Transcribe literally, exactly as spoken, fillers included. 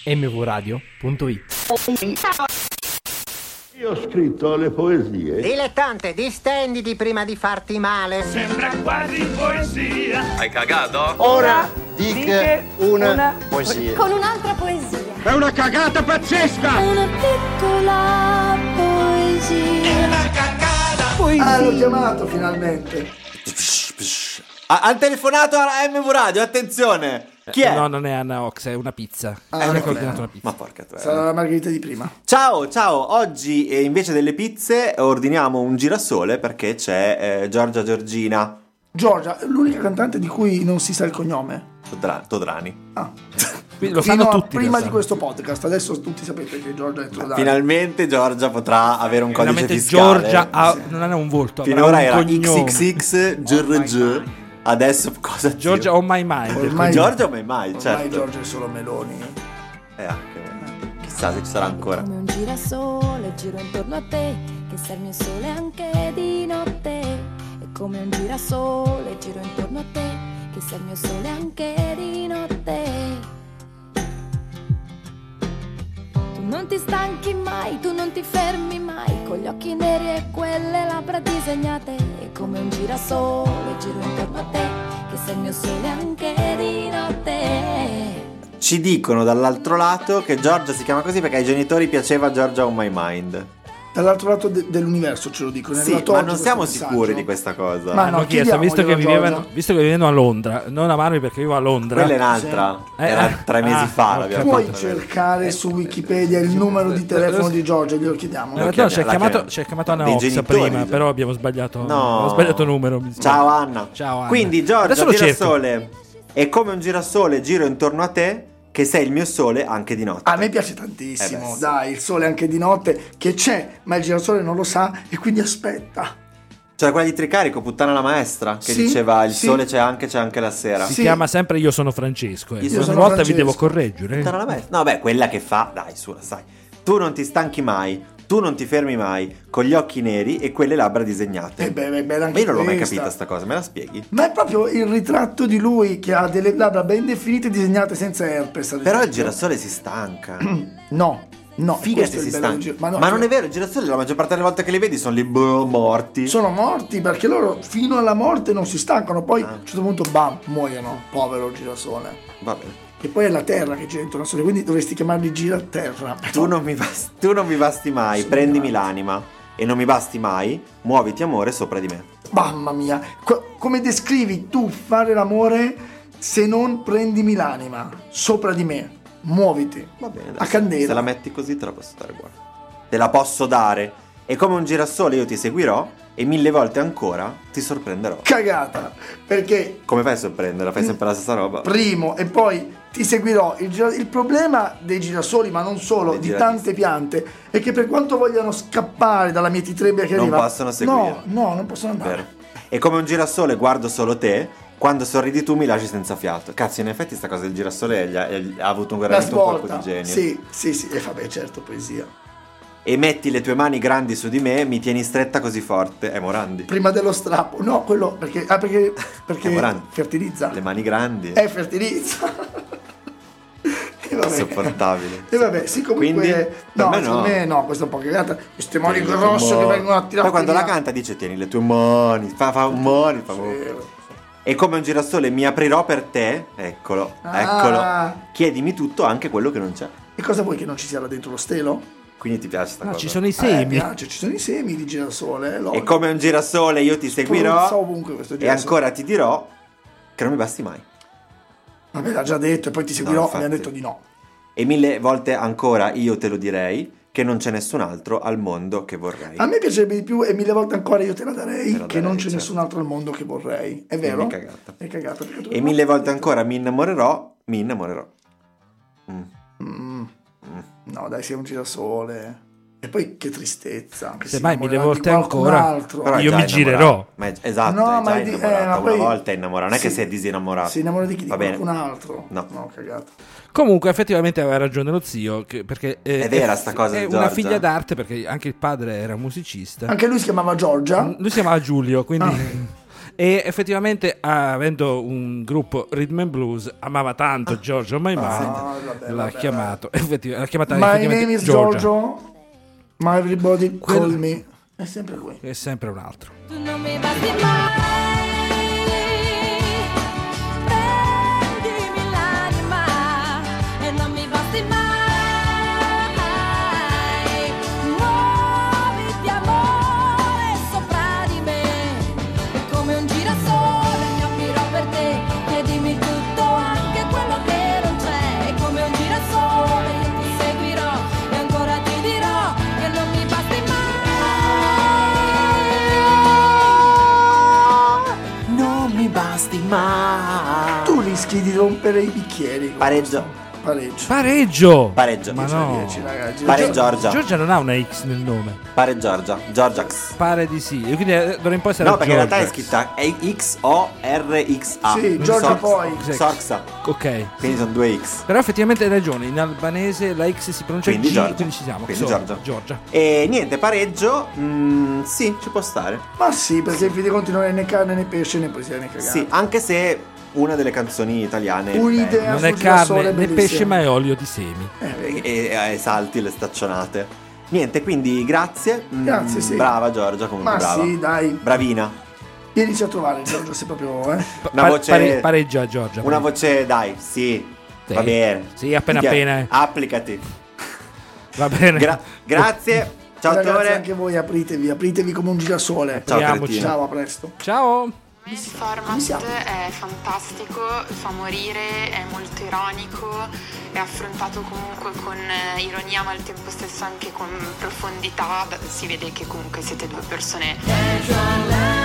m v radio punto it. Io ho scritto le poesie. Dilettante, distenditi prima di farti male. Sembra quasi poesia. Hai cagato? Ora dica una, una poesia. Con un'altra poesia. È una cagata pazzesca! Una piccola poesia. È una cagata. Poesia. Ah, l'ho chiamato finalmente. Ha, ha telefonato a M V Radio, attenzione! Chi è? No, non è Anna Ox, è una pizza. Ah, è no, ordinato una pizza. Ma porca troia. Sarà la margherita di prima. Ciao, ciao. Oggi eh, invece delle pizze ordiniamo un girasole perché c'è eh, Giorgia Giorgina Giorgia, l'unica cantante di cui non si sa il cognome. Todra- Todrani. Ah. Quindi lo Fino sanno a tutti. prima lo di questo podcast. Adesso tutti sapete che Giorgia è Todrani. Finalmente Giorgia potrà avere un codice Finalmente fiscale. Giorgia ha, non ha un volto. avrà Finora un era cognome. X X X G R G. Adesso cosa? Giorgia on my mind. Ormai- Giorgia o mai mai, Ormai certo. Giorgia è solo meloni. E anche chissà se ci sarà ancora. Come un girasole, giro intorno a te, che sei il mio sole anche di notte. E come un girasole, giro intorno a te, che sei il mio sole anche di notte. Tu non ti stanchi mai, tu non ti fermi mai, con gli occhi neri e quelle labbra disegnate. E come un girasole, giro intorno a te, che sei il mio sole anche di notte. Ci dicono dall'altro lato che Giorgia si chiama così perché ai genitori piaceva Giorgia on my mind. Dall'altro lato de- dell'universo ce lo dicono. è Sì, arrivato ma oggi non questo siamo messaggio. sicuri di questa cosa. Ma Hanno no, chiesto, visto che, chiediamoglielo, vivevano, Giorgia. visto che vivevano a Londra, non amarmi perché vivo a Londra. Quella è un'altra. Sì. Era Eh, tre mesi ah, fa. ho l'abbiamo Puoi fatta. cercare su Wikipedia il numero di telefono di Giorgia, glielo chiediamo. In realtà ci ha La chiamato, chiam- ci ha chiamato Anna dei Ox genitori, prima, cioè. però abbiamo sbagliato, No. abbiamo sbagliato numero. mi Ciao sbaglio. Anna. Ciao Anna. Quindi Giorgia, Adesso lo cerco. girasole. È come un girasole, giro intorno a te, che sei il mio sole anche di notte. A me piace tantissimo, Eh beh, sì. dai, il sole anche di notte che c'è, ma il girasole non lo sa e quindi aspetta. C'era quella di Tricarico, puttana la maestra, che Sì, diceva il sì. sole c'è anche, c'è anche la sera. Si Sì. chiama sempre Io sono Francesco. Eh. Io Una sono volta Francesco. vi devo correggere. Puttana la maestra. No, beh, quella che fa, dai, su, la sai. Tu non ti stanchi mai, tu non ti fermi mai, con gli occhi neri e quelle labbra disegnate. E beh, beh, beh, anche Ma io non l'ho mai questa. capita sta cosa, me la spieghi? Ma è proprio il ritratto di lui che ha delle labbra ben definite disegnate senza herpes. ad Però il esempio. girasole si stanca. No, no, Figa questo se è si il bello del stanca. giro- Ma, no, non è vero, il girasole la maggior parte delle volte che li vedi sono lì boh, morti. Sono morti perché loro fino alla morte non si stancano, poi Ah. a un certo punto bam, muoiono, povero girasole. Va bene. E poi è la terra che gira intorno al sole, quindi dovresti chiamarli giraterra. Tu non mi basti, tu non mi basti mai, Sono prendimi bravo. l'anima. E non mi basti mai, muoviti amore sopra di me. Mamma mia, co- come descrivi tu fare l'amore se non prendimi l'anima sopra di me? Muoviti. Va bene, A adesso, candela. se la metti così te la posso dare buona. Te la posso dare. E come un girasole io ti seguirò e mille volte ancora ti sorprenderò. Cagata, perché Come fai a sorprenderla? Fai sempre la stessa roba? primo e poi ti seguirò. Il, gira- il problema dei girasoli, ma non solo, Dei di giratisti. tante piante, è che per quanto vogliano scappare dalla mia titrebbia che Non arriva, possono seguire. No, no, non possono andare. Vero. E come un girasole guardo solo te, quando sorridi tu mi lasci senza fiato. Cazzo, in effetti sta cosa del girasole gli ha, gli ha avuto un, La veramente un colpo svolta. di genio. Sì, sì, sì, e vabbè, certo, poesia. E metti le tue mani grandi su di me, mi tieni stretta così forte. È Morandi. Prima dello strappo, no, quello perché ah, perché perché È Morandi. fertilizza. Le mani grandi. Eh, fertilizza. E vabbè. Insopportabile. E vabbè, sì, comunque. Quindi, per no, me secondo no. me no, questa è un po' cagata. Queste mani Tieni le tue grosse che mani. vengono a tirare. Poi quando la canta dice tieni le tue mani, fa, fa un mani, fa E come un girasole mi aprirò per te, eccolo, Ah. eccolo. Chiedimi tutto, anche quello che non c'è. E cosa vuoi che non ci sia là dentro lo stelo? Quindi ti piace sta No, cosa? ci sono i Eh, semi. piace, ci sono i semi di girasole. Eh, E logico. come un girasole io ti seguirò So ovunque questo e girasole. ancora ti dirò che non mi basti mai. Vabbè, l'ha già detto e poi ti seguirò. No, mi ha infatti. detto di no. E mille volte ancora io te lo direi che non c'è nessun altro al mondo che vorrei. A me piacerebbe di più e mille volte ancora io te la darei. Te la che darei, non c'è certo. nessun altro al mondo che vorrei. È vero? è cagata. È cagata perché tu E mille volte ancora mi innamorerò, mi innamorerò. Mm. Mm. No, dai, sei un girasole. E poi che tristezza. che Se si mai mille innamorerà volte di qualcun ancora. altro. Però è Io già mi innamorato. girerò. Ma è, esatto, No, è già ma è di- innamorato. eh, ma Una poi- volta è innamorato, non è che Sì. si è disinnamorato. Si innamora di chi? Di Va bene. qualcun altro? No. No, cagata. Comunque effettivamente aveva ragione lo zio che- perché eh, È vera sta cosa è di una Giorgia? figlia d'arte perché anche il padre era musicista. Anche lui si chiamava Giorgia. Lui si chiamava Giulio, quindi Ah. E effettivamente, avendo un gruppo rhythm and blues, amava tanto Giorgio My Mind, Ah, vabbè, l'ha vabbè, chiamato, effettivamente, l'ha chiamata My effettivamente name is Giorgia. Giorgio, my everybody Quello- call me. È sempre lui. È sempre un altro. Tu non mi basti mai, prendimi l'anima e non mi basti mai, muoviti amore sopra di me, e come un girasole capirò per te, chiedimi tutto anche quello che non c'è, e come un girasole io ti seguirò e ancora ti dirò che non mi basti mai. Non mi basti mai. Tu rischi di rompere i bicchieri. con Pareggio. questo. Pareggio. Pareggio! Pareggio. Ma dieci, no. dieci, ragazzi. Pare Giorgia. Giorgia non ha una X nel nome. Pare Giorgia. Giorgiax. Pare di sì. E quindi eh, d'ora in poi sarà No, perché in realtà è Giorgia. scritta X O R X A. Sì, Giorgia poi. Sorxa. Ok. Quindi sono due X. Però effettivamente hai ragione, in albanese la X si pronuncia Quindi G, Giorgia. quindi ci siamo. Quindi So, Giorgia. Giorgia. E niente, pareggio. mm, sì, ci può stare. Ma sì, perché in fin dei conti non è né carne né pesce né poesia né cagata. Sì, anche se una delle canzoni italiane Un'idea. Non è sul girasole carne né bellissimo. pesce, ma è olio di semi. Eh, vedi. e, e esalti le staccionate. Niente, quindi grazie. Mm, Grazie, sì. Brava Giorgia, comunque Ma brava. sì, dai. Bravina. Vienici a trovare, Giorgio, sei proprio... Eh. Una Pa- voce- pare- pareggia Giorgia. Una voce, dai, sì. Sì. Va bene. Sì, appena Ti- appena, eh. Applicati. Va bene. Gra- grazie. Ciao Ragazzi, attore. anche voi apritevi, apritevi come un girasole. Ciao Apriamoci. Cretino. Ciao, a presto. Ciao. Il Come format siamo? è fantastico, fa morire, è molto ironico, è affrontato comunque con eh, ironia ma al tempo stesso anche con profondità. Beh, si vede che comunque siete due persone